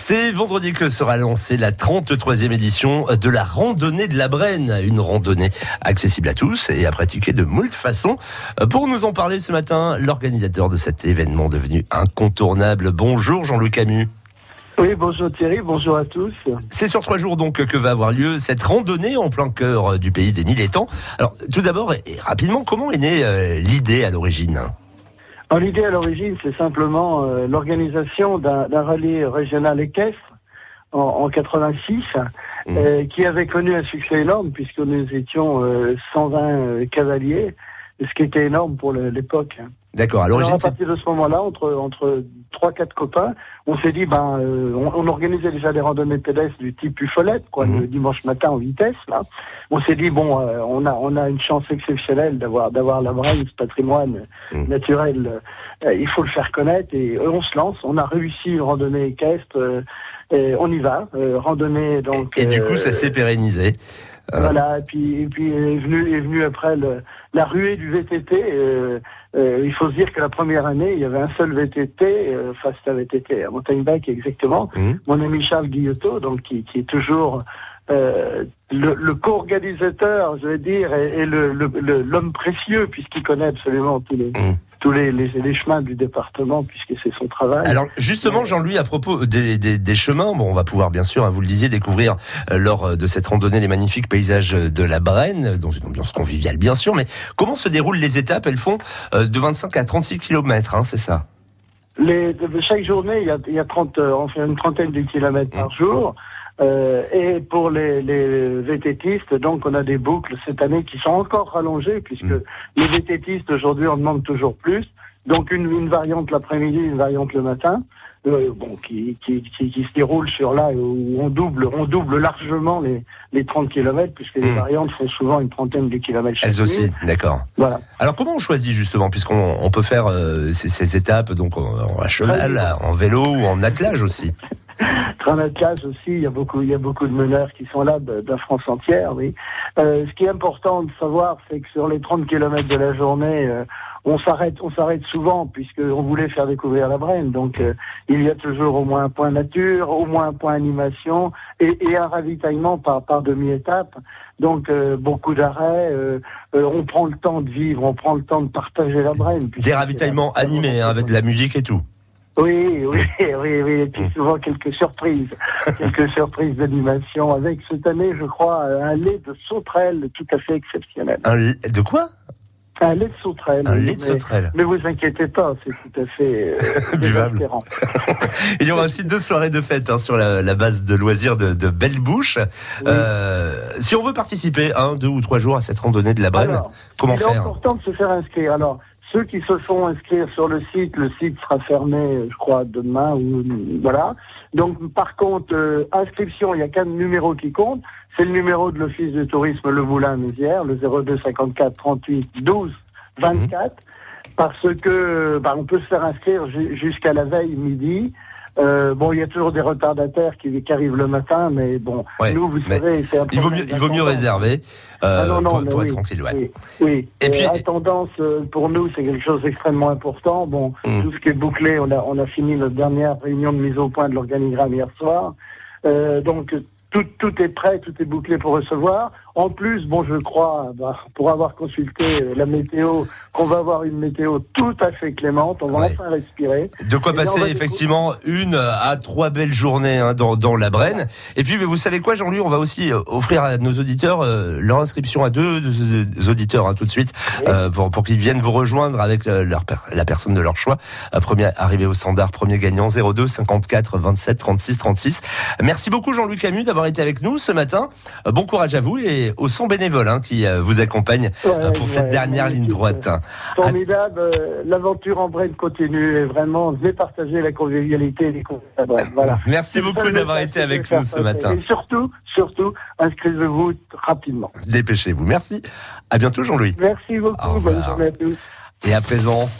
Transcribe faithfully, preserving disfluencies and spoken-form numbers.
C'est vendredi que sera lancée la trente-troisième édition de la randonnée de la Brenne. Une randonnée accessible à tous et à pratiquer de moult façons. Pour nous en parler ce matin, l'organisateur de cet événement devenu incontournable. Bonjour Jean-Louis Camus. Oui, bonjour Thierry, bonjour à tous. C'est sur trois jours donc que va avoir lieu cette randonnée en plein cœur du pays des mille étangs. Alors tout d'abord et rapidement, comment est née euh, l'idée à l'origine ? Alors, l'idée à l'origine, c'est simplement euh, l'organisation d'un, d'un rallye régional équestre en, en quatre-vingt-six, mmh. euh, qui avait connu un succès énorme puisque nous étions euh, cent vingt euh, cavaliers, ce qui était énorme pour le, l'époque. D'accord. À l'origine, Alors, à partir de ce moment-là, entre entre trois quatre copains, on s'est dit ben euh, on, on organisait déjà des randonnées pédestres du type Uffolette, quoi, mmh. le dimanche matin en vitesse. Là, on s'est dit bon, euh, on a on a une chance exceptionnelle d'avoir d'avoir la Brenne, ce patrimoine mmh. naturel. Euh, il faut le faire connaître et euh, on se lance. On a réussi une randonnée équestre. Euh, et on y va, euh, randonnée donc. Et, et du coup, euh, ça s'est pérennisé. Euh... Voilà, et puis, et puis est venu, est venu après le, la ruée du V T T. Euh, euh, il faut se dire que la première année, il y avait un seul V T T, euh, enfin c'était un V T T à Montagne-Bec exactement. Mmh. Mon ami Charles Guillotot, donc qui, qui est toujours euh, le, le co-organisateur, je vais dire, et, et le, le, le, l'homme précieux puisqu'il connaît absolument tous les. Mmh. tous les, les, les chemins du département, puisque c'est son travail. Alors justement, Jean-Louis, à propos des, des, des chemins, bon, on va pouvoir bien sûr, hein, vous le disiez, découvrir euh, lors de cette randonnée les magnifiques paysages de la Brenne, dans une ambiance conviviale bien sûr, mais comment se déroulent les étapes ? Elles font euh, de vingt-cinq à trente-six kilomètres, hein, c'est ça ? Les, de, de chaque journée, il y a, il y a trente, euh, on fait une trentaine de kilomètres mmh. par jour. Euh, et pour les, les vététistes, donc on a des boucles cette année qui sont encore rallongées puisque mmh. les vététistes aujourd'hui en demandent toujours plus. Donc une, une variante l'après-midi, une variante le matin, euh, bon qui, qui, qui, qui se déroule sur là où on double, on double largement les, les trente kilomètres puisque mmh. les variantes font souvent une trentaine de kilomètres chaque Elles aussi, nuit. D'accord. Voilà. Alors comment on choisit justement puisqu'on on peut faire euh, ces, ces étapes donc en, à cheval, ah, oui. en vélo ou en attelage aussi? En attelage aussi, il y a beaucoup, il y a beaucoup de meneurs qui sont là de, de la France entière, oui. Euh, ce qui est important de savoir, c'est que sur les trente kilomètres de la journée, euh, on s'arrête, on s'arrête souvent puisque on voulait faire découvrir la Brenne. Donc, euh, il y a toujours au moins un point nature, au moins un point animation et, et un ravitaillement par, par demi-étape. Donc, euh, beaucoup d'arrêts. Euh, euh, on prend le temps de vivre, on prend le temps de partager la Brenne. Des ravitaillements animés, hein, avec de la musique et tout. Oui, oui, oui, oui, et puis souvent quelques surprises, quelques surprises d'animation, avec cette année, je crois, un lait de sauterelle tout à fait exceptionnel. Un lait de quoi ? Un lait de sauterelle. Un lait de sauterelle. Mais, mais vous inquiétez pas, c'est tout à fait euh, buvable. Il y aura aussi deux soirées de fête hein, sur la, la base de loisirs de, de Belle-Bouche. Oui. Euh, si on veut participer un, deux ou trois jours à cette randonnée de la Brenne, Alors, comment il faire ? Il est important de se faire inscrire. Alors, ceux qui se font inscrire sur le site, le site sera fermé, je crois, demain ou voilà. Donc, par contre, euh, inscription, il y a qu'un numéro qui compte. C'est le numéro de l'Office de tourisme Le Moulin-Mézières, le zéro deux cinquante-quatre trente-huit douze vingt-quatre, mmh. parce que bah, on peut se faire inscrire ju- jusqu'à la veille midi. Euh, bon, il y a toujours des retardataires qui, qui arrivent le matin, mais bon, ouais, nous, vous savez, c'est un il vaut mieux, il vaut mieux réserver euh, ah non, non, pour, pour oui, être tranquille. Ouais. Oui, oui. Et, et puis, la tendance pour nous, c'est quelque chose d'extrêmement important. Bon, hum. tout ce qui est bouclé, on a, on a fini notre dernière réunion de mise au point de l'organigramme hier soir. Euh, donc, tout, tout est prêt, tout est bouclé pour recevoir. En plus, bon, je crois, bah, pour avoir consulté la météo, qu'on va avoir une météo tout à fait clémente. On va ouais. enfin respirer. De quoi et passer effectivement découvrir... une à trois belles journées hein, dans, dans la Brenne. Et puis, vous savez quoi, Jean-Louis, on va aussi offrir à nos auditeurs euh, leur inscription à deux, deux auditeurs hein, tout de suite oui. euh, pour, pour qu'ils viennent vous rejoindre avec euh, leur, la personne de leur choix. Euh, premier arrivé au standard, premier gagnant zéro deux cinquante-quatre vingt-sept trente-six trente-six. Merci beaucoup, Jean-Louis Camus, d'avoir été avec nous ce matin. Euh, bon courage à vous et au son bénévole hein, qui euh, vous accompagne ouais, euh, pour ouais, cette dernière ligne droite. Formidable, euh, l'aventure en Brenne continue et vraiment, je vais partager la convivialité des Brenne. Voilà. Merci beaucoup d'avoir été avec nous ce matin. Et surtout, surtout, inscrivez-vous rapidement. Dépêchez-vous. Merci. À bientôt, Jean-Louis. Merci beaucoup. Bonne journée à tous. Et à présent.